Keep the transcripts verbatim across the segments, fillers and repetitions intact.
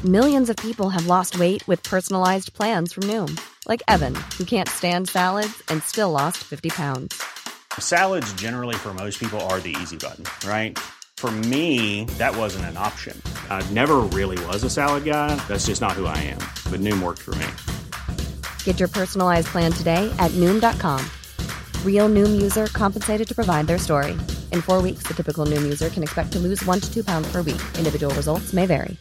Millions of people have lost weight with personalized plans from Noom. Like Evan, who can't stand salads and still lost fifty pounds. Salads generally for most people are the easy button, right? For me, that wasn't an option. I never really was a salad guy. That's just not who I am. But Noom worked for me. Get your personalized plan today at Noom dot com. Real Noom user compensated to provide their story. In four weeks, the typical Noom user can expect to lose one to two pounds per week. Individual results may vary.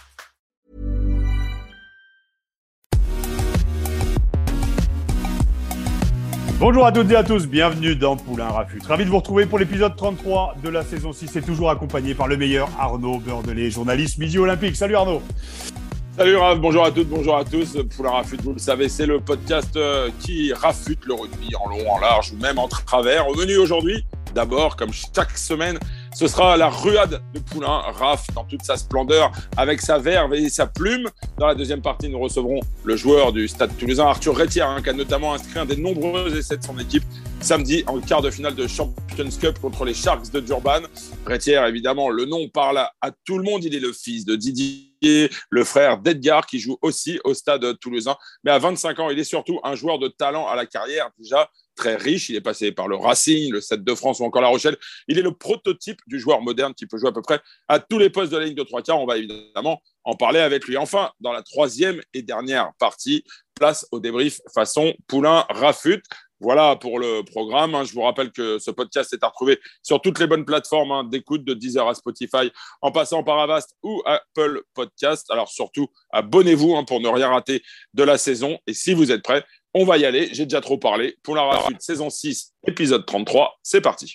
Bonjour à toutes et à tous, bienvenue dans Poulain Rafut. Ravi de vous retrouver pour l'épisode trente-trois de la saison six et toujours accompagné par le meilleur Arnaud Beurdelet, journaliste Midi Olympique. Salut Arnaud. Salut Raph, bonjour à toutes, bonjour à tous. Poulain Rafut, vous le savez, c'est le podcast qui rafute le rugby en long, en large ou même en travers. Au menu aujourd'hui, d'abord, comme chaque semaine, ce sera la ruade de Poulain Raph dans toute sa splendeur, avec sa verve et sa plume. Dans la deuxième partie, nous recevrons le joueur du Stade Toulousain, Arthur Retière, hein, qui a notamment inscrit un des nombreux essais de son équipe samedi en quart de finale de Champions Cup contre les Sharks de Durban. Retière, évidemment, le nom parle à, à tout le monde. Il est le fils de Didier, le frère d'Edgar, qui joue aussi au Stade Toulousain. Mais à vingt-cinq ans, il est surtout un joueur de talent à la carrière déjà très riche. Il est passé par le Racing, le Stade de France ou encore La Rochelle. Il est le prototype du joueur moderne qui peut jouer à peu près à tous les postes de la ligne de trois quarts. On va évidemment en parler avec lui. Enfin, dans la troisième et dernière partie, place au débrief façon Poulain Rafut. Voilà pour le programme. Je vous rappelle que ce podcast est à retrouver sur toutes les bonnes plateformes d'écoute, de Deezer à Spotify, en passant par Avast ou Apple Podcast. Alors surtout, abonnez-vous pour ne rien rater de la saison. Et si vous êtes prêts, on va y aller. J'ai déjà trop parlé. Poulain Rafut, saison six, épisode trente-trois. C'est parti.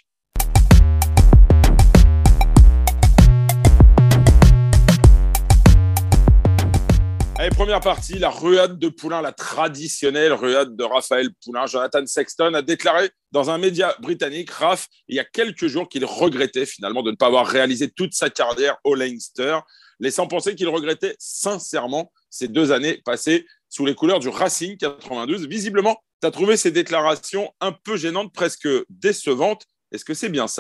Allez, première partie, la ruade de Poulain, la traditionnelle ruade de Raphaël Poulain. Jonathan Sexton a déclaré dans un média britannique, Raph, il y a quelques jours qu'il regrettait finalement de ne pas avoir réalisé toute sa carrière au Leinster, laissant penser qu'il regrettait sincèrement ces deux années passées sous les couleurs du Racing quatre-vingt-douze. Visiblement, tu as trouvé ces déclarations un peu gênantes, presque décevantes. Est-ce que c'est bien ça ?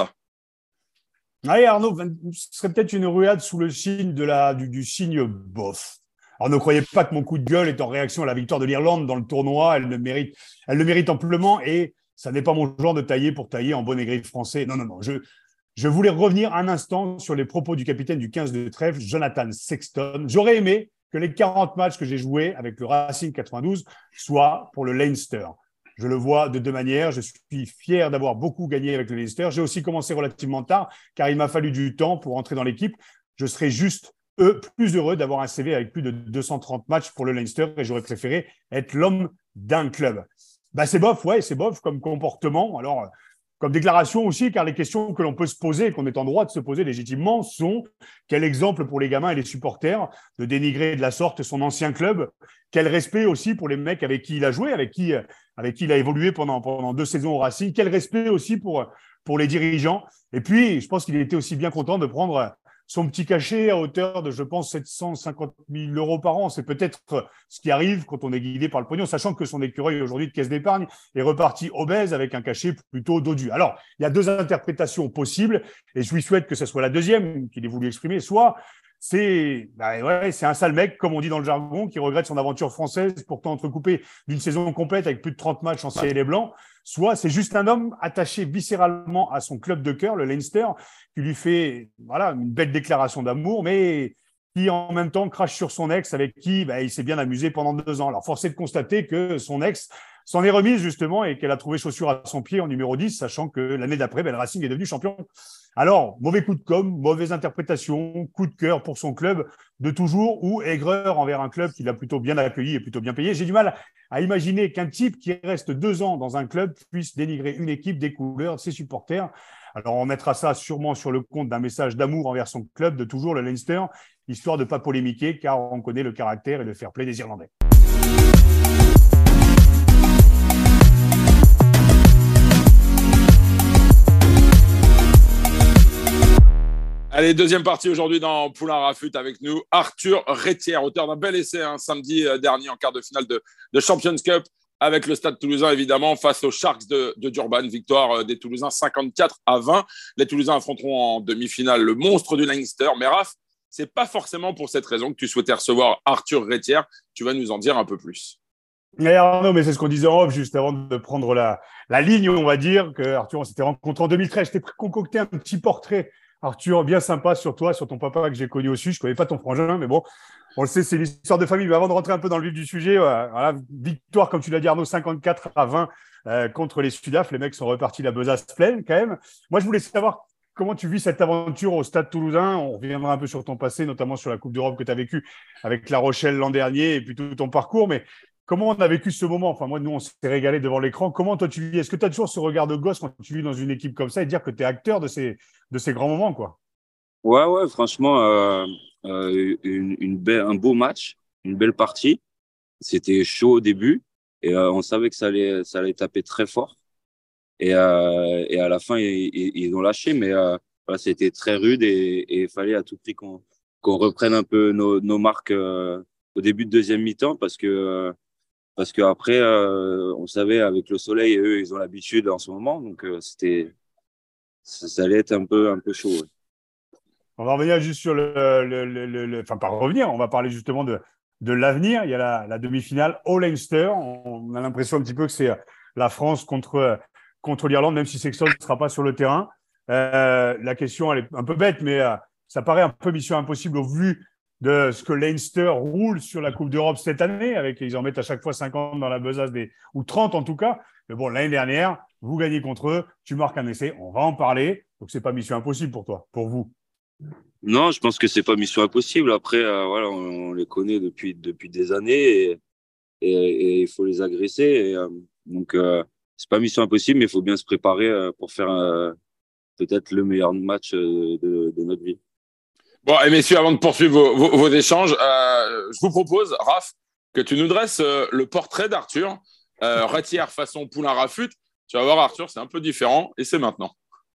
Allez Arnaud, ce serait peut-être une ruade sous le signe de la, du, du signe bof. Alors, ne croyez pas que mon coup de gueule est en réaction à la victoire de l'Irlande dans le tournoi. Elle le mérite, elle le mérite amplement et ça n'est pas mon genre de tailler pour tailler en bon aigri français. Non, non, non. Je, je voulais revenir un instant sur les propos du capitaine du quinze de trèfle, Jonathan Sexton. J'aurais aimé que les quarante matchs que j'ai joués avec le Racing quatre-vingt-douze soient pour le Leinster. Je le vois de deux manières. Je suis fier d'avoir beaucoup gagné avec le Leinster. J'ai aussi commencé relativement tard car il m'a fallu du temps pour entrer dans l'équipe. Je serais juste Eux, plus heureux d'avoir un C V avec plus de deux cent trente matchs pour le Leinster et j'aurais préféré être l'homme d'un club. Bah, c'est bof, ouais, c'est bof comme comportement. Alors, comme déclaration aussi, car les questions que l'on peut se poser, qu'on est en droit de se poser légitimement, sont quel exemple pour les gamins et les supporters de dénigrer de la sorte son ancien club, quel respect aussi pour les mecs avec qui il a joué, avec qui, avec qui il a évolué pendant, pendant deux saisons au Racing, quel respect aussi pour, pour les dirigeants. Et puis, je pense qu'il était aussi bien content de prendre son petit cachet à hauteur de, je pense, sept cent cinquante mille euros par an. C'est peut-être ce qui arrive quand on est guidé par le pognon, sachant que son écureuil aujourd'hui de caisse d'épargne est reparti obèse avec un cachet plutôt dodu. Alors, il y a deux interprétations possibles et je lui souhaite que ce soit la deuxième qu'il ait voulu exprimer. Soit c'est, bah ouais, c'est un sale mec, comme on dit dans le jargon, qui regrette son aventure française, pourtant entrecoupée d'une saison complète avec plus de trente matchs en ciel et blanc. Soit c'est juste un homme attaché viscéralement à son club de cœur, le Leinster, qui lui fait voilà, une belle déclaration d'amour, mais qui en même temps crache sur son ex avec qui bah, il s'est bien amusé pendant deux ans. Alors, force est de constater que son ex s'en est remise justement et qu'elle a trouvé chaussure à son pied en numéro dix, sachant que l'année d'après, bah, le Racing est devenu champion. Alors, mauvais coup de com', mauvaise interprétation, coup de cœur pour son club de toujours ou aigreur envers un club qui l'a plutôt bien accueilli et plutôt bien payé. J'ai du mal à imaginer qu'un type qui reste deux ans dans un club puisse dénigrer une équipe, des couleurs, de ses supporters. Alors, on mettra ça sûrement sur le compte d'un message d'amour envers son club de toujours, le Leinster, histoire de ne pas polémiquer, car on connaît le caractère et le fair play des Irlandais. Allez, deuxième partie aujourd'hui dans Poulain Rafut avec nous, Arthur Retière, auteur d'un bel essai un hein, samedi dernier en quart de finale de, de Champions Cup avec le Stade Toulousain évidemment face aux Sharks de, de Durban. Victoire des Toulousains cinquante-quatre à vingt. Les Toulousains affronteront en demi-finale le monstre du Leinster. Mais Raph, c'est pas forcément pour cette raison que tu souhaitais recevoir Arthur Rétière. Tu vas nous en dire un peu plus. Mais Arnaud, mais c'est ce qu'on disait en off juste avant de prendre la, la ligne, on va dire, que Arthur, on s'était rencontré en deux mille treize. Je t'ai concocté un petit portrait, Arthur, bien sympa sur toi, sur ton papa que j'ai connu au Sud. Je ne connais pas ton frangin, mais bon, on le sait, c'est l'histoire de famille. Mais avant de rentrer un peu dans le vif du sujet, euh, voilà, victoire, comme tu l'as dit, Arnaud, cinquante-quatre à vingt euh, contre les Sudaf. Les mecs sont repartis la besace pleine, quand même. Moi, je voulais savoir comment tu vis cette aventure au Stade Toulousain. On reviendra un peu sur ton passé, notamment sur la Coupe d'Europe que tu as vécue avec La Rochelle l'an dernier et puis tout ton parcours. Mais comment on a vécu ce moment? Enfin, moi, nous, on s'est régalé devant l'écran. Comment toi, tu vis? Est-ce que tu as toujours ce regard de gosse quand tu vis dans une équipe comme ça et dire que tu es acteur de ces, de ces grands moments, quoi? Ouais, ouais, franchement, euh, euh, une, une belle, un beau match, une belle partie. C'était chaud au début et euh, on savait que ça allait, ça allait taper très fort. Et, euh, et à la fin, ils, ils, ils ont lâché, mais euh, voilà, c'était très rude et il fallait à tout prix qu'on, qu'on reprenne un peu nos, nos marques euh, au début de deuxième mi-temps parce que euh, parce qu'après, euh, on savait avec le soleil, eux, ils ont l'habitude en ce moment, donc euh, c'était ça, ça allait être un peu un peu chaud. Ouais. On va revenir juste sur le, le, le, le, le… Enfin, pas revenir, on va parler justement de, de l'avenir. Il y a la, la demi-finale All-Leinster. On a l'impression un petit peu que c'est la France contre, contre l'Irlande, même si Sexton ne sera pas sur le terrain. Euh, la question, elle est un peu bête, mais euh, ça paraît un peu mission impossible au vu de ce que Leinster roule sur la Coupe d'Europe cette année. Avec, ils en mettent à chaque fois cinquante dans la besace, des, ou trente en tout cas. Mais bon, l'année dernière, vous gagnez contre eux, tu marques un essai, on va en parler. Donc, ce n'est pas mission impossible pour toi, pour vous. Non, je pense que c'est pas mission impossible. Après, euh, voilà, on, on les connaît depuis depuis des années et et, et il faut les agresser. Et, euh, donc, euh, c'est pas mission impossible, mais il faut bien se préparer euh, pour faire euh, peut-être le meilleur match euh, de, de notre vie. Bon, et messieurs, avant de poursuivre vos, vos, vos échanges, euh, je vous propose, Raph, que tu nous dresses euh, le portrait d'Arthur, euh, Rétière façon Poulain-Rafut. Tu vas voir, Arthur, c'est un peu différent et c'est maintenant.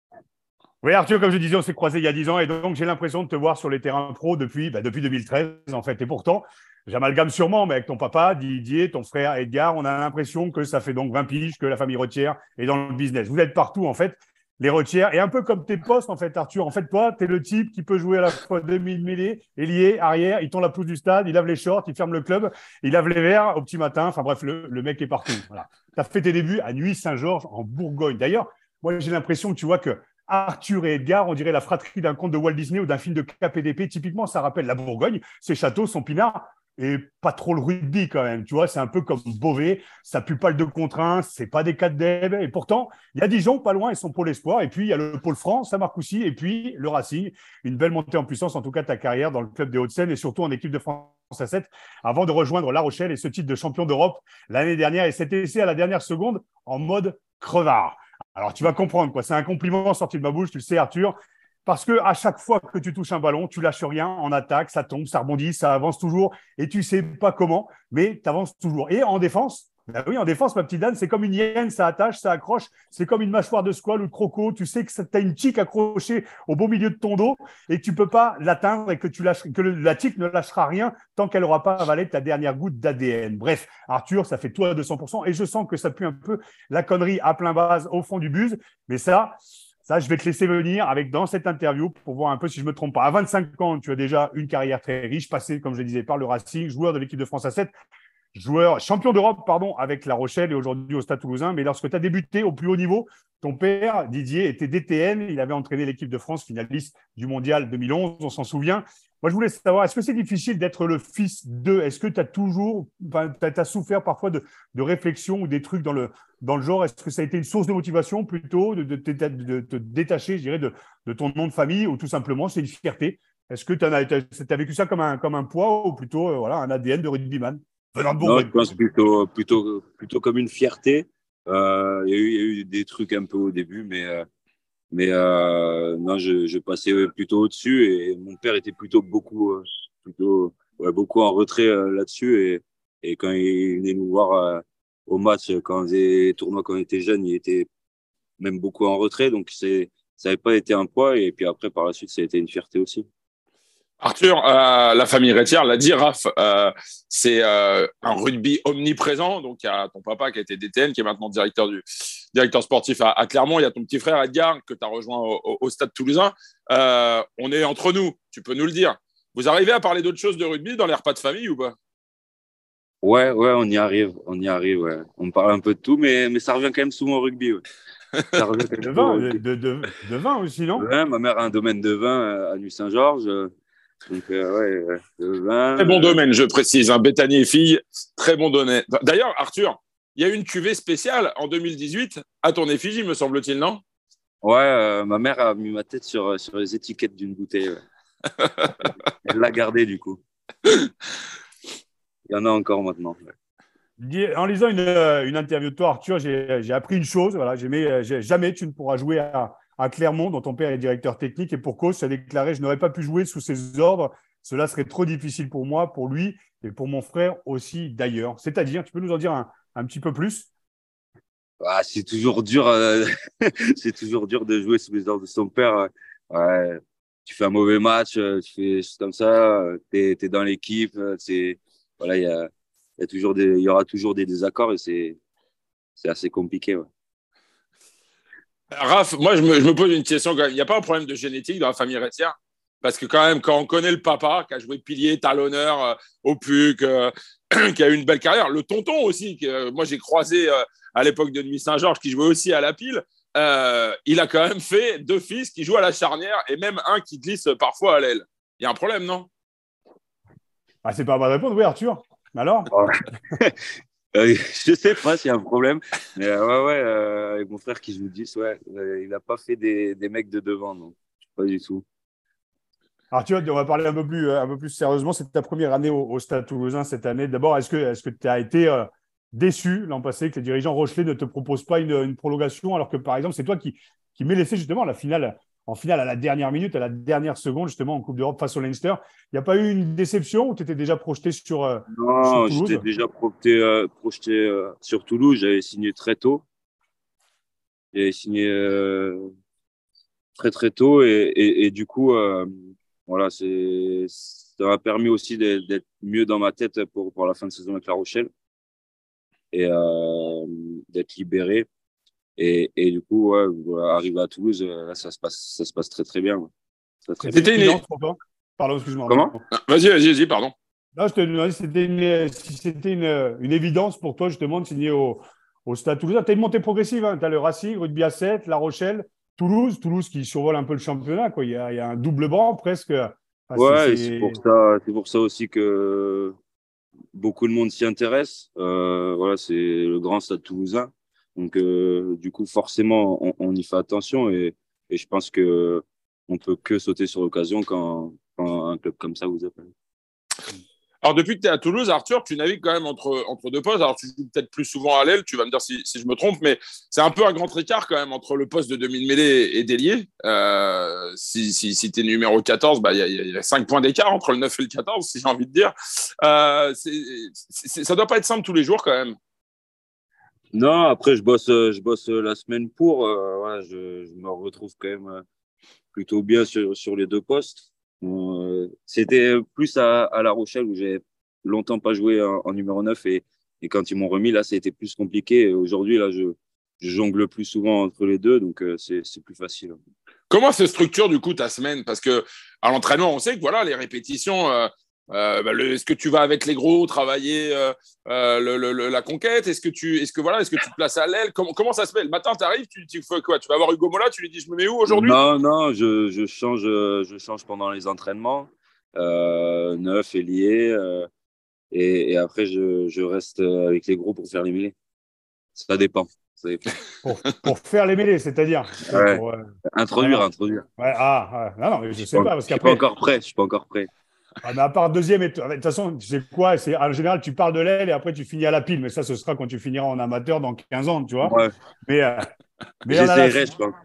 Oui, Arthur, comme je disais, on s'est croisés il y a dix ans et donc j'ai l'impression de te voir sur les terrains pro depuis, bah, depuis deux mille treize, en fait. Et pourtant, j'amalgame sûrement, mais avec ton papa, Didier, ton frère Edgar, on a l'impression que ça fait donc vingt piges que la famille Rétière est dans le business. Vous êtes partout, en fait, les Rétière. Et un peu comme tes postes, en fait, Arthur. En fait, toi, tu es le type qui peut jouer à la fois demi-mêlée, ailier, arrière. Il tourne la pelouse du stade, il lave les shorts, il ferme le club, il lave les verres au petit matin. Enfin bref, le, le mec est partout. Voilà. Tu as fait tes débuts à Nuits-Saint-Georges, en Bourgogne. D'ailleurs, moi, j'ai l'impression que tu vois que Arthur et Edgar, on dirait la fratrie d'un conte de Walt Disney ou d'un film de K P D P. Typiquement, ça rappelle la Bourgogne, ses châteaux, son pinard, et pas trop le rugby quand même. Tu vois, c'est un peu comme Beauvais, ça pue pas le deux contre un, c'est pas des quatre d'Eb. Et pourtant, il y a Dijon, pas loin, et son pôle espoir. Et puis, il y a le pôle France, ça marque aussi. Et puis, le Racing, une belle montée en puissance, en tout cas, ta carrière dans le club des Hauts-de-Seine et surtout en équipe de France à sept, avant de rejoindre La Rochelle et ce titre de champion d'Europe l'année dernière. Et cet essai à la dernière seconde en mode crevard. Alors, tu vas comprendre, quoi. C'est un compliment sorti de ma bouche, tu le sais, Arthur, parce qu'à chaque fois que tu touches un ballon, tu lâches rien en attaque, ça tombe, ça rebondit, ça avance toujours, et tu ne sais pas comment, mais tu avances toujours. Et en défense, ben oui, en défense, ma petite Anne, c'est comme une hyène, ça attache, ça accroche, c'est comme une mâchoire de squale ou de croco, tu sais que tu as une tique accrochée au beau milieu de ton dos et que tu ne peux pas l'atteindre et que, tu lâches, que la tique ne lâchera rien tant qu'elle n'aura pas avalé ta dernière goutte d'A D N. Bref, Arthur, ça fait toi à deux cents pour cent et je sens que ça pue un peu la connerie à plein base au fond du buse, mais ça… Ça, je vais te laisser venir avec dans cette interview pour voir un peu si je ne me trompe pas. À vingt-cinq ans, tu as déjà une carrière très riche, passée, comme je le disais, par le Racing, joueur de l'équipe de France à sept, joueur champion d'Europe pardon, avec La Rochelle et aujourd'hui au Stade Toulousain. Mais lorsque tu as débuté au plus haut niveau, ton père, Didier, était D T N. Il avait entraîné l'équipe de France, finaliste du Mondial deux mille onze, on s'en souvient. Moi, je voulais savoir, est-ce que c'est difficile d'être le fils d'eux? Est-ce que tu as toujours, enfin, tu as souffert parfois de, de réflexions ou des trucs dans le, dans le genre? Est-ce que ça a été une source de motivation plutôt de, de, de, de te détacher, je dirais, de, de ton nom de famille ou tout simplement c'est une fierté? Est-ce que tu as, as vécu ça comme un, comme un poids ou plutôt euh, voilà, un A D N de rugbyman venant de Bourgogne? Non, je pense plutôt, plutôt, plutôt comme une fierté. Euh, il y a eu, il y a eu des trucs un peu au début, mais… Euh... Mais euh, non, je, je passais plutôt au-dessus et mon père était plutôt beaucoup, euh, plutôt, ouais, beaucoup en retrait euh, là-dessus. Et, et quand il venait nous voir euh, au match, quand on faisait les tournois quand on était jeune, il était même beaucoup en retrait. Donc, c'est, ça n'avait pas été un poids. Et puis après, par la suite, ça a été une fierté aussi. Arthur, euh, la famille Rétière l'a dit, Raph, euh, c'est euh, un rugby omniprésent. Donc, il y a ton papa qui a été D T N, qui est maintenant directeur, du, directeur sportif à, à Clermont. Il y a ton petit frère Edgar que tu as rejoint au, au, au Stade Toulousain. Euh, on est entre nous, tu peux nous le dire. Vous arrivez à parler d'autres choses de rugby dans les repas de famille ou pas? Ouais, ouais, on y arrive, on y arrive, ouais. On parle un peu de tout, mais, mais ça revient quand même souvent au rugby, ouais. Ça revient quand même De souvent au vin, rugby. de, de, de vin aussi, non? Ouais, ma mère a un domaine de vin euh, à Nuit-Saint-Georges. euh, Donc, euh, ouais, euh, le vin. Très bon euh, domaine, je précise. Hein, Béthanie et fille, très bon domaine. D'ailleurs, Arthur, il y a eu une cuvée spéciale en deux mille dix-huit à ton effigie, me semble-t-il, non? Ouais, euh, ma mère a mis ma tête sur, sur les étiquettes d'une bouteille. Ouais. Elle l'a gardée, du coup. Il y en a encore maintenant. Ouais. Dis- En lisant une, euh, une interview de toi, Arthur, j'ai j'ai appris une chose. Voilà, j'ai mis, euh, j'ai- jamais tu ne pourras jouer à, à Clermont, dont ton père est directeur technique. Et pour cause, tu as déclaré: je n'aurais pas pu jouer sous ses ordres. Cela serait trop difficile pour moi, pour lui et pour mon frère aussi d'ailleurs. C'est-à-dire, tu peux nous en dire un, un petit peu plus? Ah, c'est toujours dur, euh, c'est toujours dur de jouer sous les ordres de son père. euh. Ouais, tu fais un mauvais match, euh, tu fais des choses comme ça, euh, t'es, t'es dans l'équipe. euh, C'est, voilà, il y a, il y a toujours des, il y aura toujours des désaccords et c'est, c'est assez compliqué. Ouais. Raph, moi, je me, je me pose une question quand même. Il n'y a pas un problème de génétique dans la famille Retière? Parce que quand même, quand on connaît le papa qui a joué pilier, talonneur euh, au P U C, euh, qui a eu une belle carrière, le tonton aussi, que euh, moi j'ai croisé euh, à l'époque de Nuit-Saint-Georges, qui jouait aussi à la pile, euh, il a quand même fait deux fils qui jouent à la charnière et même un qui glisse parfois à l'aile. Il y a un problème, non? Ah, c'est pas à bonne réponse, oui, Arthur. Alors? Ouais. Euh, je sais pas s'il y a un problème, mais euh, ouais, ouais, euh, avec mon frère qui joue dix, ouais, euh, il a pas fait des, des mecs de devant, non, pas du tout. Arthur, on va parler un peu plus, euh, un peu plus sérieusement. C'est ta première année au, au Stade Toulousain cette année. D'abord, est-ce que est-ce que tu as été euh, déçu l'an passé que les dirigeants rochelais ne te proposent pas une, une prolongation, alors que, par exemple, c'est toi qui, qui m'es laissé justement la finale, en finale à la dernière minute, à la dernière seconde, justement, en Coupe d'Europe face au Leinster. Il n'y a pas eu une déception ou tu étais déjà projeté sur, euh, sur Non, j'étais Toulouse? déjà projeté, euh, projeté euh, sur Toulouse, j'avais signé très tôt, j'avais signé euh, très très tôt et, et, et du coup, euh, voilà, c'est, ça m'a permis aussi d'être d'être mieux dans ma tête pour, pour la fin de saison avec La Rochelle et euh, d'être libéré. Et, et du coup, ouais, voilà, arrivé à Toulouse, euh, là, ça se passe, ça se passe très très bien. Ouais. Ça, très bien. C'était une C'était une... évidence pour toi? Pardon, excuse-moi. Comment? Vas-y, vas-y, vas-y, pardon. Non, je te demandais si c'était une, si c'était une, une évidence pour toi, justement, de signer au, au Stade Toulousain. Tu as une montée progressive. Hein. Tu as le Racing, Rugby à sept, La Rochelle, Toulouse. Toulouse qui survole un peu le championnat. Quoi. Il, y a, il y a un double banc presque. Enfin, c'est, Ouais, et c'est c'est... pour ça, c'est pour ça aussi que beaucoup de monde s'y intéresse. Euh, voilà, c'est le grand Stade Toulousain. Donc, euh, du coup, forcément, on, on y fait attention et, et je pense que on peut que sauter sur l'occasion quand, quand un club comme ça vous appelle. Alors, depuis que tu es à Toulouse, Arthur, tu navigues quand même entre, entre deux postes. Alors, tu joues peut-être plus souvent à l'aile, tu vas me dire si, si je me trompe, mais c'est un peu un grand écart quand même entre le poste de demi-mêlée et d'ailier. Euh, si si, si tu es numéro quatorze, bah, il y, y a cinq points d'écart entre le neuf et le quatorze, si j'ai envie de dire. Euh, c'est, c'est, ça doit pas être simple tous les jours quand même. Non, après, je bosse, euh, je bosse euh, la semaine pour. Euh, voilà, je, je me retrouve quand même euh, plutôt bien sur, sur les deux postes. Euh, c'était plus à, à La Rochelle où j'ai longtemps pas joué en, en numéro neuf et, et quand ils m'ont remis, là, ça a été plus compliqué. Et aujourd'hui, là, je, je jongle plus souvent entre les deux, donc euh, c'est, c'est plus facile. Comment se structure du coup ta semaine? Parce que à l'entraînement, on sait que voilà, les répétitions, euh, euh, bah, le, est-ce que tu vas avec les gros travailler euh, euh, le, le, la conquête? Est-ce que tu, est-ce que voilà, est-ce que tu te places à l'aile? Comment, comment ça se fait? Le matin, tu arrives, tu, tu fais quoi? Tu vas voir Hugo Mola, tu lui dis je me mets où aujourd'hui? Non, non, je, je change, euh, je change pendant les entraînements, euh, neuf, ailier, euh, et, et après je, je reste avec les gros pour faire les mêlées. Ça dépend. Ça dépend. Pour, pour faire les mêlées, c'est-à-dire Ouais. pour, euh, Introduire, non, non. introduire. Ouais, ah, ouais. Non, non, mais je Je sais suis pas, parce je suis pas qu'après, encore prêt. Je suis pas encore prêt. ah, mais à part deuxième, et... de toute façon, tu sais quoi, c'est en général, tu parles de l'aile et après tu finis à la pile, mais ça, ce sera quand tu finiras en amateur dans quinze ans, tu vois. Ouais. Mais, euh, mais on a la, J'essaierai, je pense.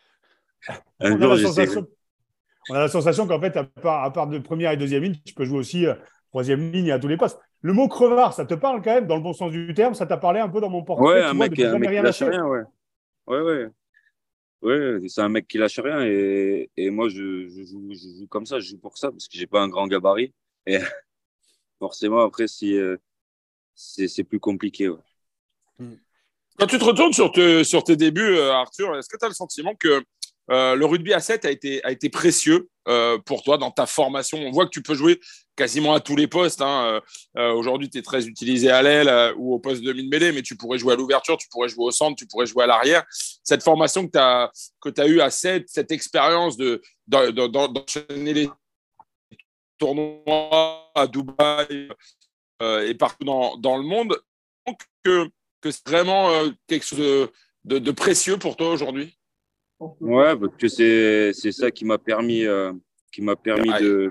Un on a jour, la j'essaierai. sensation, on a la sensation qu'en fait, à part, à part de première et deuxième ligne, tu peux jouer aussi euh, troisième ligne à tous les postes. Le mot crevard, ça te parle quand même, dans le bon sens du terme, ça t'a parlé un peu dans mon Ouais, portrait, un tu vois, mec, de ne un jamais mec qui rien lâche lâcher. rien, ouais. Ouais, ouais. Ouais, c'est un mec qui lâche rien et, et moi, je, je, joue, je joue comme ça, je joue pour ça parce que j'ai pas un grand gabarit. Et forcément, après, si, euh, c'est, c'est plus compliqué. Ouais. Quand tu te retournes sur, te, sur tes débuts, euh, Arthur, est-ce que tu as le sentiment que euh, le rugby à sept a été, a été précieux euh, pour toi dans ta formation. On voit que tu peux jouer quasiment à tous les postes. Hein. Euh, aujourd'hui, tu es très utilisé à l'aile euh, ou au poste de demi-mêlée, mais tu pourrais jouer à l'ouverture, tu pourrais jouer au centre, tu pourrais jouer à l'arrière. Cette formation que tu as que tu as eue à sept, cette expérience de, de, de, de, d'enchaîner les tournois à Dubaï euh, et partout dans, dans le monde, que, que c'est vraiment euh, quelque chose de, de, de précieux pour toi aujourd'hui? Ouais, parce que c'est, c'est ça qui m'a permis, euh, qui m'a permis de,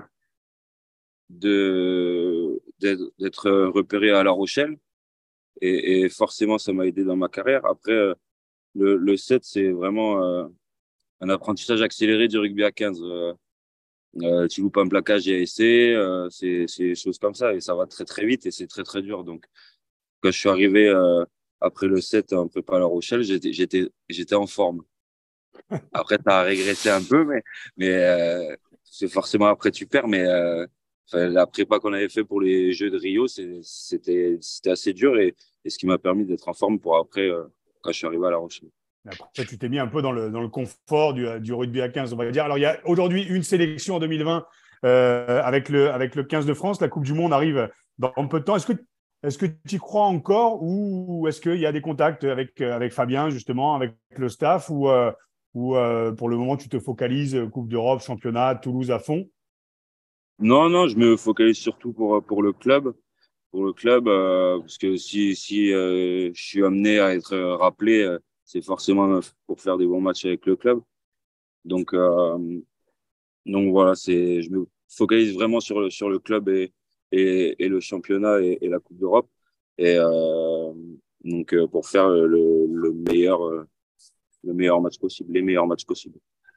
de, d'être, d'être repéré à La Rochelle. Et, et forcément, ça m'a aidé dans ma carrière. Après, euh, le, le sept, c'est vraiment euh, un apprentissage accéléré du rugby à quinze. Euh, euh, tu loupes un plaquage et essai, euh, c'est, c'est des choses comme ça. Et ça va très, très vite et c'est très, très dur. Donc, quand je suis arrivé euh, après le sept un peu à La Rochelle, j'étais, j'étais, j'étais en forme. Après, tu as régressé un peu, mais, mais euh, c'est forcément après tu perds. Mais euh, enfin, la prépa qu'on avait fait pour les Jeux de Rio, c'est, c'était, c'était assez dur et, et ce qui m'a permis d'être en forme pour après, euh, quand je suis arrivé à La Rochelle. Après, tu t'es mis un peu dans le, dans le confort du, du rugby à quinze, on va dire. Alors, il y a aujourd'hui une sélection en deux mille vingt euh, avec, le, avec le quinze de France. La Coupe du Monde arrive dans peu de temps. Est-ce que Est-ce que tu y crois encore ou est-ce qu'il y a des contacts avec, avec Fabien, justement, avec le staff ou, euh, ou euh, pour le moment, tu te focalises Coupe d'Europe, championnat, Toulouse à fond? Non, non, je me focalise surtout pour, pour le club. Pour le club, euh, parce que si, si euh, je suis amené à être rappelé, euh, c'est forcément pour faire des bons matchs avec le club. Donc, euh, donc voilà, c'est, je me focalise vraiment sur le, sur le club et, et, et le championnat et, et la Coupe d'Europe. Et euh, donc, euh, pour faire le, le, meilleur, euh, le meilleur match possible, les meilleurs matchs possibles.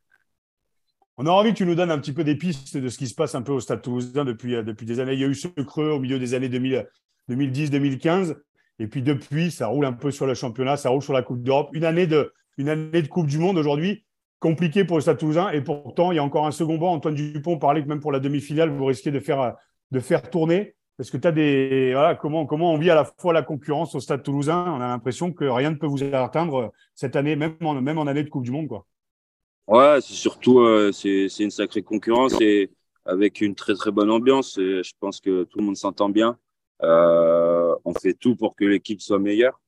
On a envie que tu nous donnes un petit peu des pistes de ce qui se passe un peu au Stade Toulousain depuis, depuis des années. Il y a eu ce creux au milieu des années deux mille, deux mille dix deux mille quinze. Et puis depuis, ça roule un peu sur le championnat, ça roule sur la Coupe d'Europe. Une année de, une année de Coupe du Monde aujourd'hui, compliquée pour le Stade Toulousain. Et pourtant, il y a encore un second banc. Antoine Dupont parlait que même pour la demi-finale, vous risquez de faire, de faire tourner. Est-ce que tu as des. Voilà, comment, comment on vit à la fois la concurrence au Stade Toulousain? On a l'impression que rien ne peut vous atteindre cette année, même en, même en année de Coupe du Monde, quoi. Ouais, c'est surtout euh, c'est, c'est une sacrée concurrence et avec une très très bonne ambiance. Et je pense que tout le monde s'entend bien. Euh, on fait tout pour que l'équipe soit meilleure.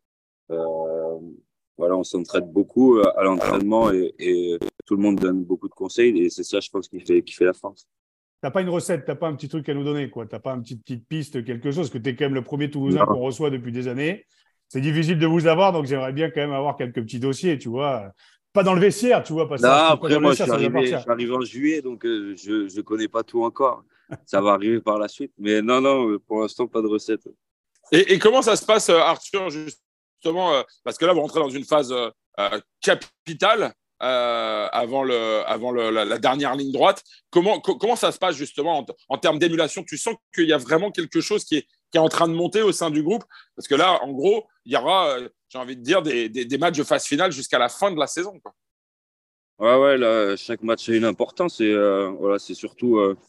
Euh, voilà, on s'entraide beaucoup à l'entraînement et, et tout le monde donne beaucoup de conseils. Et c'est ça, je pense, qui fait, qui fait la force. T'as pas une recette, t'as pas un petit truc à nous donner, quoi. T'as pas une petite, petite piste, quelque chose, que tu es quand même le premier Toulousain qu'on reçoit depuis des années. C'est difficile de vous avoir, donc j'aimerais bien quand même avoir quelques petits dossiers, tu vois. Pas dans le vestiaire, tu vois, pas ça. Non, après, moi, je suis, arrivé, je suis arrivé en juillet, donc euh, je ne connais pas tout encore. Ça va arriver par la suite. Mais non, non, pour l'instant, pas de recette. Et, et comment ça se passe, Arthur, justement, euh, parce que là, vous rentrez dans une phase euh, capitale euh, avant, le, avant le, la, la dernière ligne droite. Comment, co- comment ça se passe, justement, en, en termes d'émulation? Tu sens qu'il y a vraiment quelque chose qui est, qui est en train de monter au sein du groupe? Parce que là, en gros, il y aura, euh, j'ai envie de dire, des, des, des matchs de phase finale jusqu'à la fin de la saison, quoi. Ouais, ouais, là, chaque match a une importance. Et euh, voilà, c'est surtout, euh,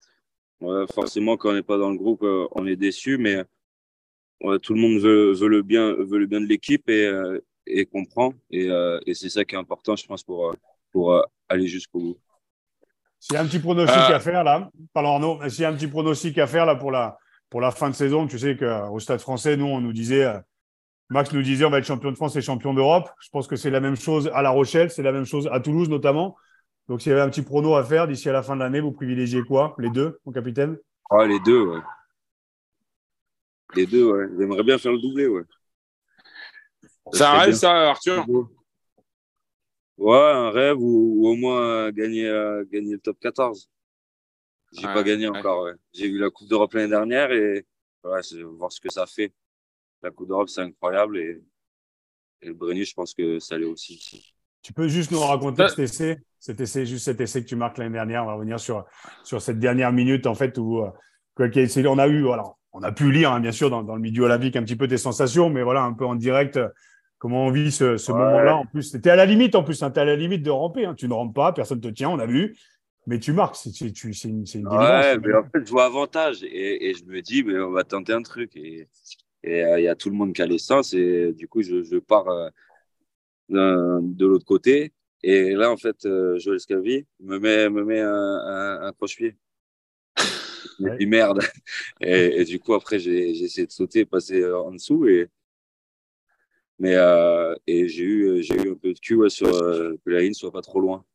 ouais, forcément, quand on n'est pas dans le groupe, euh, on est déçu, mais ouais, tout le monde veut, veut, le bien, veut le bien de l'équipe et, euh, et comprend. Et, euh, et c'est ça qui est important, je pense, pour, pour euh, aller jusqu'au bout. S'il y a un petit pronostic euh... à faire, là, pardon Arnaud, s'il y a un petit pronostic à faire là, pour, la, pour la fin de saison, tu sais qu'au Stade français, nous, on nous disait. Euh, Max nous disait on va être champion de France et champion d'Europe. Je pense que c'est la même chose à La Rochelle, c'est la même chose à Toulouse notamment. Donc, s'il y avait un petit prono à faire d'ici à la fin de l'année, vous privilégiez quoi? Les deux, mon capitaine? Ah, les deux, ouais. Les deux, ouais. J'aimerais bien faire le doublé, ouais. C'est un rêve, ça, Arthur? Ouais, un rêve ou, ou au moins gagner, euh, gagner le top quatorze. J'ai ouais, pas gagné ouais. encore, ouais. J'ai vu la Coupe d'Europe l'année dernière et ouais, c'est voir ce que ça fait. La Coupe d'Europe, c'est incroyable et, et le Brennus, je pense que ça l'est aussi. Tu peux juste nous raconter cet essai, cet essai, juste cet essai que tu marques l'année dernière. On va revenir sur, sur cette dernière minute, en fait, où quoi, on a eu, voilà, on a pu lire, hein, bien sûr, dans, dans le milieu olympique, un petit peu tes sensations, mais voilà, un peu en direct, comment on vit ce, ce ouais. moment-là. En plus, tu es à la limite, en plus, hein, tu es à la limite de ramper. Hein, tu ne rampes pas, personne ne te tient, on a vu. Mais tu marques, c'est, c'est, c'est une, c'est une ouais, mais en fait, je vois avantage et, et je me dis, mais on va tenter un truc. Et il euh, y a tout le monde qui a l'essence et du coup, je, je pars euh, de l'autre côté. Et là, en fait, euh, Joël Scavi me met, me met un, un, un croche-pied. Je me Ouais. dis merde. Et, et du coup, après, j'ai, j'ai essayé de sauter, passer en dessous. Et, mais, euh, et j'ai eu, j'ai eu un peu de cul ouais, sur euh, que la ligne soit pas trop loin.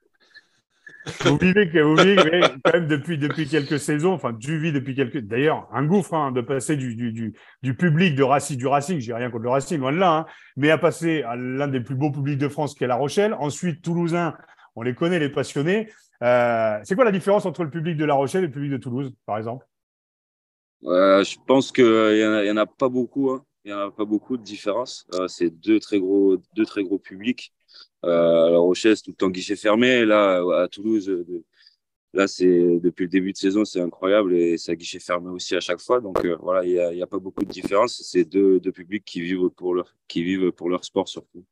Vous vivez, que- vous vivez quand même depuis, depuis quelques saisons, enfin, tu vis depuis quelques. D'ailleurs, un gouffre hein, de passer du, du, du, du public de Racing, du Racing, j'ai rien contre le Racing, loin de là, hein, mais à passer à l'un des plus beaux publics de France qui est La Rochelle. Ensuite, Toulousain, on les connaît, les passionnés. Euh, c'est quoi la différence entre le public de La Rochelle et le public de Toulouse, par exemple? Euh, je pense qu'il y en a, il y en a pas beaucoup. Hein. Il y en a pas beaucoup de différence. Euh, c'est deux très gros, deux très gros publics. Euh, à La Rochelle, c'est tout le temps guichet fermé. Là, à Toulouse, de, là, c'est depuis le début de saison, c'est incroyable et c'est à guichet fermé aussi à chaque fois. Donc euh, voilà, il y a, il y a pas beaucoup de différence. C'est deux, deux publics qui vivent pour leur, qui vivent pour leur sport surtout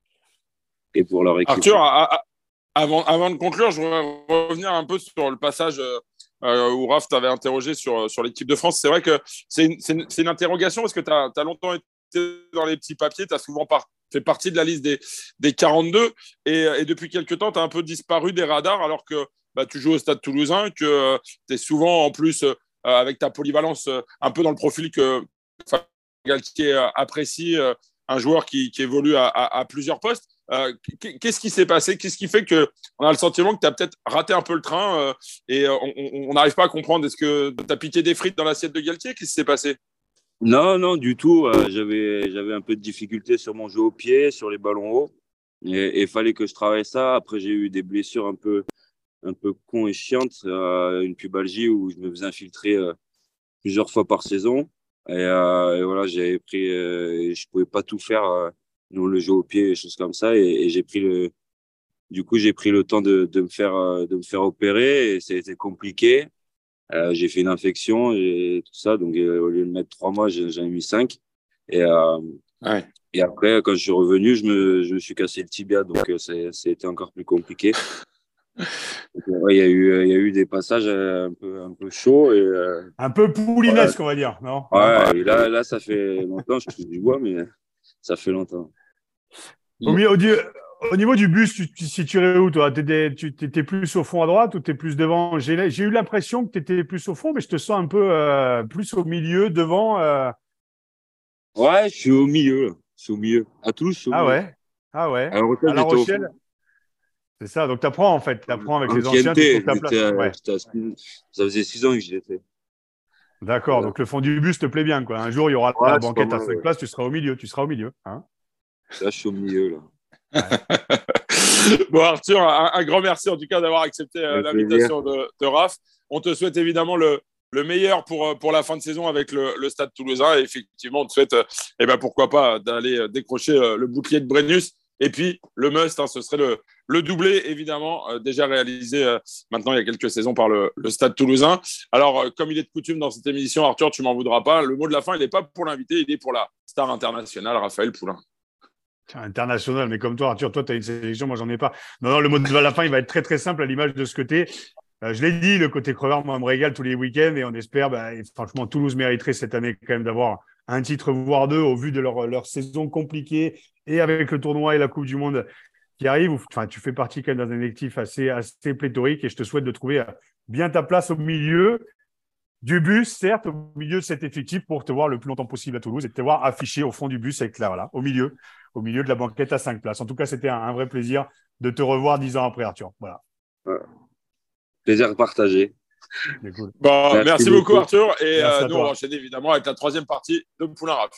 et pour leur équipe. Arthur, à, à, avant, avant de conclure, je voudrais revenir un peu sur le passage euh, où Raph t'avait interrogé sur, sur l'équipe de France. C'est vrai que c'est une, c'est une, c'est une interrogation parce que tu as longtemps été dans les petits papiers, tu as souvent par, fait partie de la liste des, des quarante-deux et, et depuis quelques temps, tu as un peu disparu des radars alors que bah, tu joues au Stade Toulousain, que euh, tu es souvent en plus euh, avec ta polyvalence euh, un peu dans le profil que Galtier euh, apprécie, euh, un joueur qui, qui évolue à, à, à plusieurs postes. Euh, qu'est-ce qui s'est passé? Qu'est-ce qui fait qu'on a le sentiment que tu as peut-être raté un peu le train euh, et on n'arrive pas à comprendre? Est-ce que tu as piqué des frites dans l'assiette de Galtier? Qu'est-ce qui s'est passé? Non, non, du tout. Euh, j'avais, j'avais un peu de difficulté sur mon jeu au pied, sur les ballons hauts. Et il fallait que je travaille ça. Après, j'ai eu des blessures un peu, un peu con et chiantes. Euh, une pubalgie où je me faisais infiltrer euh, plusieurs fois par saison. Et, euh, et voilà, j'avais pris, euh, je pouvais pas tout faire, euh, non, le jeu au pied, et choses comme ça. Et, et j'ai pris le, du coup, j'ai pris le temps de, de me faire, euh, de me faire opérer et ça a été compliqué. Euh, j'ai fait une infection et tout ça. Donc, euh, au lieu de mettre trois mois, j'en ai mis cinq. Et, euh, Ouais. et après, quand je suis revenu, je me, je me suis cassé le tibia. Donc, euh, c'est, c'était encore plus compliqué. Donc, ouais, il y a eu, il y a eu des passages euh, un peu, un peu chauds. Et, euh, Un peu voilà. poulinesque, on va dire, non? Ouais, et là, là, ça fait longtemps, je touche du bois, mais ça fait longtemps. Au, milieu- au, di- au niveau du bus, tu tu te situerais où, toi? T'étais, tu étais plus au fond à droite ou t'es plus devant? J'ai j'ai eu l'impression que tu étais plus au fond, mais je te sens un peu euh, plus au milieu, devant. euh. Ouais, je suis au milieu, là. Je suis au milieu. À Toulouse, je suis au Ah milieu. ouais? Ah ouais? À La Rochelle, À La j'étais au Rochelle? fond. C'est ça. Donc, tu apprends, en fait. Tu apprends avec les anciens, tu Ancienneté, trouves ta j'étais place. à- Ouais. j'étais à Spin- ça faisait six ans que j'y étais. D'accord. Voilà. Donc, le fond du bus te plaît bien, quoi. Un jour, il y aura Ouais, la c'est pas banquette à mal, cinq ouais. places, tu seras au milieu. Tu seras au milieu. Hein? Là, je suis au milieu, là. Ouais. Bon, Arthur, un, un grand merci en tout cas d'avoir accepté euh, Avec l'invitation de, de Raph. On te souhaite évidemment le, le meilleur pour, pour la fin de saison avec le, le Stade Toulousain. Et effectivement, on te souhaite, euh, eh ben, pourquoi pas, d'aller euh, décrocher euh, le bouclier de Brennus. Et puis, le must, hein, ce serait le, le doublé, évidemment, euh, déjà réalisé euh, maintenant il y a quelques saisons par le, le Stade Toulousain. Alors, euh, comme il est de coutume dans cette émission, Arthur, tu m'en voudras pas. Le mot de la fin, il n'est pas pour l'invité, il est pour la star internationale, Raphaël Poulain. International, mais comme toi, Arthur, toi, tu as une sélection, moi, j'en ai pas. Non, non, le mot de la fin, il va être très, très simple à l'image de ce côté. Euh, je l'ai dit, le côté crevard, moi, me régale tous les week-ends et on espère, bah, et franchement, Toulouse mériterait cette année quand même d'avoir un titre, voire deux, au vu de leur, leur saison compliquée et avec le tournoi et la Coupe du Monde qui arrive. Enfin, tu fais partie quand même d'un effectif assez, assez pléthorique et je te souhaite de trouver bien ta place au milieu du bus, certes, au milieu de cet effectif pour te voir le plus longtemps possible à Toulouse et te voir affiché au fond du bus avec là, voilà, au milieu, au milieu de la banquette à cinq places. En tout cas, c'était un, un vrai plaisir de te revoir dix ans après, Arthur. Voilà. Ouais. Plaisir partagé. C'est cool. Bon, merci, merci beaucoup, beaucoup, Arthur. Et euh, nous, toi. on va enchaîner évidemment avec la troisième partie de Poulain Raph.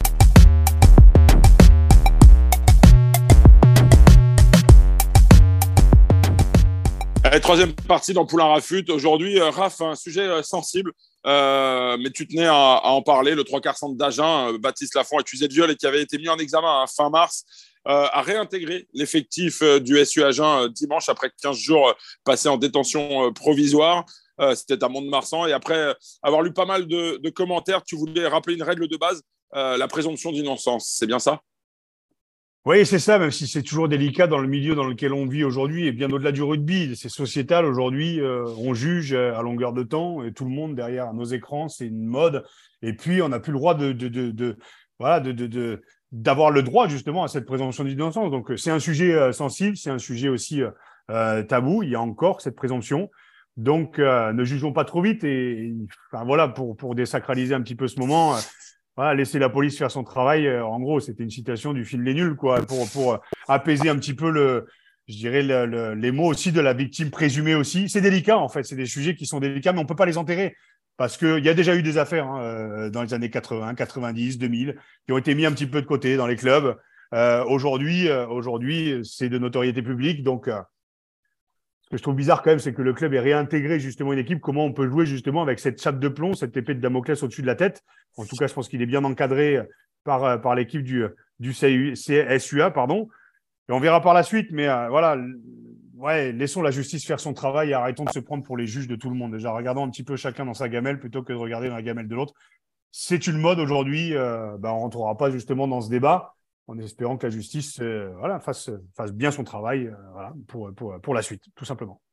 Allez, troisième partie dans Poulain Rafut. Aujourd'hui, euh, Raph, un sujet euh, sensible, euh, mais tu tenais à, à en parler. Le trois quarts centre d'Agen, euh, Baptiste Lafont, accusé de viol et qui avait été mis en examen à fin mars, euh, a réintégré l'effectif euh, du S U Agen euh, dimanche après quinze jours euh, passés en détention euh, provisoire. Euh, C'était à Mont-de-Marsan. Et après euh, avoir lu pas mal de, de commentaires, tu voulais rappeler une règle de base, euh, la présomption d'innocence. C'est bien ça ? Oui, c'est ça, même si c'est toujours délicat dans le milieu dans lequel on vit aujourd'hui et bien au-delà du rugby. C'est sociétal aujourd'hui. Euh, on juge à longueur de temps et tout le monde derrière nos écrans, c'est une mode. Et puis, on n'a plus le droit de, de, de, de, voilà, de, de, de, d'avoir le droit justement à cette présomption d'innocence. Donc c'est un sujet euh, sensible, c'est un sujet aussi euh, tabou. Il y a encore cette présomption. Donc euh, ne jugeons pas trop vite et, et enfin, voilà pour pour désacraliser un petit peu ce moment. Euh, voilà, laisser la police faire son travail. Euh, en gros, c'était une citation du film Les Nuls, quoi, pour pour euh, apaiser un petit peu le, je dirais le, le, les mots aussi de la victime présumée aussi. C'est délicat en fait, c'est des sujets qui sont délicats, mais on peut pas les enterrer. Parce qu'il y a déjà eu des affaires hein, dans les années quatre-vingts, quatre-vingt-dix, deux mille, qui ont été mis un petit peu de côté dans les clubs. Euh, aujourd'hui, euh, aujourd'hui, c'est de notoriété publique. Donc, euh, ce que je trouve bizarre quand même, c'est que le club ait réintégré justement une équipe. Comment on peut jouer justement avec cette chape de plomb, cette épée de Damoclès au-dessus de la tête. En tout cas, je pense qu'il est bien encadré par, par l'équipe du, du C S U A. Pardon. Et on verra par la suite. Mais euh, voilà. Ouais, laissons la justice faire son travail et arrêtons de se prendre pour les juges de tout le monde. Déjà, regardons un petit peu chacun dans sa gamelle plutôt que de regarder dans la gamelle de l'autre. C'est une mode aujourd'hui. Euh, ben, on ne rentrera pas justement dans ce débat en espérant que la justice euh, voilà, fasse, fasse bien son travail euh, voilà, pour, pour, pour la suite, tout simplement.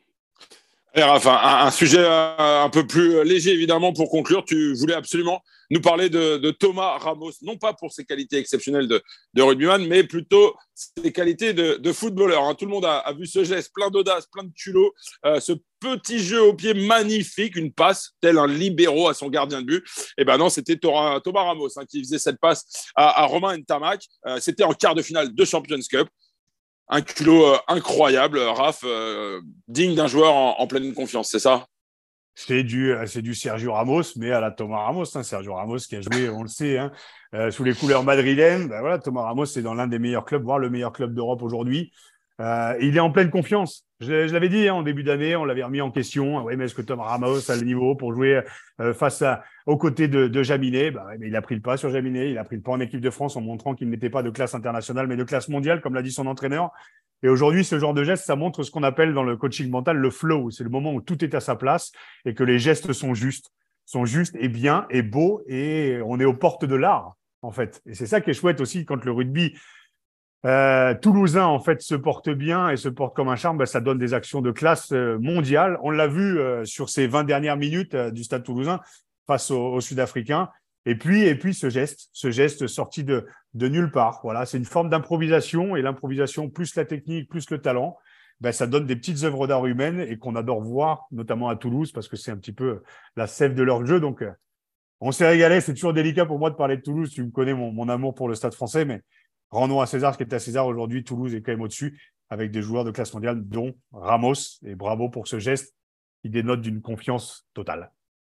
Et Raph, un, un sujet euh, un peu plus léger, évidemment, pour conclure. Tu voulais absolument nous parler de, de Thomas Ramos, non pas pour ses qualités exceptionnelles de, de rugbyman, mais plutôt ses qualités de, de footballeur. Hein. Tout le monde a, a vu ce geste, plein d'audace, plein de culot, euh, ce petit jeu au pied magnifique, une passe, tel un libéro à son gardien de but. Et ben non, c'était Thomas Ramos hein, qui faisait cette passe à, à Romain Ntamak. Euh, c'était en quart de finale de Champions Cup. Un culot euh, incroyable, Raph, euh, digne d'un joueur en, en pleine confiance, c'est ça? C'est du, c'est du Sergio Ramos, mais à la Thomas Ramos. Hein. Sergio Ramos qui a joué, on le sait, hein, euh, sous les couleurs madrilènes. Ben voilà, Thomas Ramos, c'est dans l'un des meilleurs clubs, voire le meilleur club d'Europe aujourd'hui. Euh, il est en pleine confiance. Je, je l'avais dit hein, en début d'année, on l'avait remis en question. Oui, mais est-ce que Thomas Ramos a le niveau pour jouer euh, face à, aux côtés de, de Jaminet? Ben, mais il a pris le pas sur Jaminet. Il a pris le pas en équipe de France en montrant qu'il n'était pas de classe internationale, mais de classe mondiale, comme l'a dit son entraîneur. Et aujourd'hui, ce genre de geste, ça montre ce qu'on appelle dans le coaching mental le flow. C'est le moment où tout est à sa place et que les gestes sont justes, sont justes et bien et beaux et on est aux portes de l'art, en fait. Et c'est ça qui est chouette aussi quand le rugby euh, toulousain, en fait, se porte bien et se porte comme un charme. Ben, ça donne des actions de classe euh, mondiale. On l'a vu euh, sur ces vingt dernières minutes euh, du Stade Toulousain face aux, aux Sud-Africains. Et puis, et puis ce geste, ce geste sorti de, de nulle part. Voilà, c'est une forme d'improvisation et l'improvisation plus la technique, plus le talent, ben, ça donne des petites œuvres d'art humaines et qu'on adore voir, notamment à Toulouse, parce que c'est un petit peu la sève de leur jeu. Donc, euh, on s'est régalé. C'est toujours délicat pour moi de parler de Toulouse. Tu me connais mon, mon amour pour le Stade français, mais rendons à César ce qui est à César. Aujourd'hui, Toulouse est quand même au-dessus avec des joueurs de classe mondiale, dont Ramos. Et bravo pour ce geste qui dénote d'une confiance totale.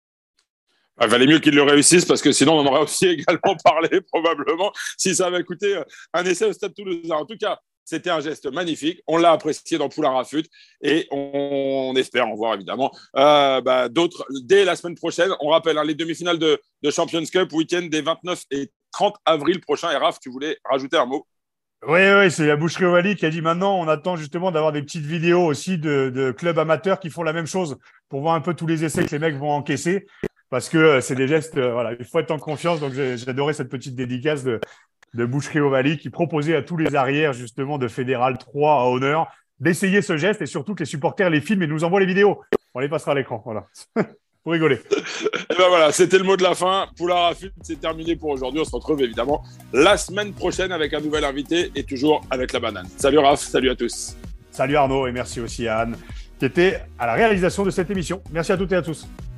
Il valait mieux qu'ils le réussissent parce que sinon on en aurait aussi également parlé probablement si ça avait coûté un essai au Stade Toulousain. En tout cas, c'était un geste magnifique. On l'a apprécié dans Poulain Rafut et on espère en voir évidemment euh, bah, d'autres dès la semaine prochaine. On rappelle hein, les demi-finales de, de Champions Cup week-end des vingt-neuf et trente avril prochain. Et Raph, tu voulais rajouter un mot? Oui, oui, c'est la Boucherie Ovalie qui a dit maintenant, on attend justement d'avoir des petites vidéos aussi de, de clubs amateurs qui font la même chose pour voir un peu tous les essais que les mecs vont encaisser. Parce que c'est des gestes, euh, voilà, il faut être en confiance. Donc, j'ai, j'ai adoré cette petite dédicace de, de Boucherie Ovalie qui proposait à tous les arrières, justement, de Fédéral trois à Honneur d'essayer ce geste et surtout que les supporters les filment et nous envoient les vidéos. On les passera à l'écran, voilà. Pour rigoler. Et ben voilà, c'était le mot de la fin. Poulain Rafut, c'est terminé pour aujourd'hui. On se retrouve évidemment la semaine prochaine avec un nouvel invité et toujours avec la banane. Salut Raph, salut à tous. Salut Arnaud et merci aussi à Anne qui était à la réalisation de cette émission. Merci à toutes et à tous.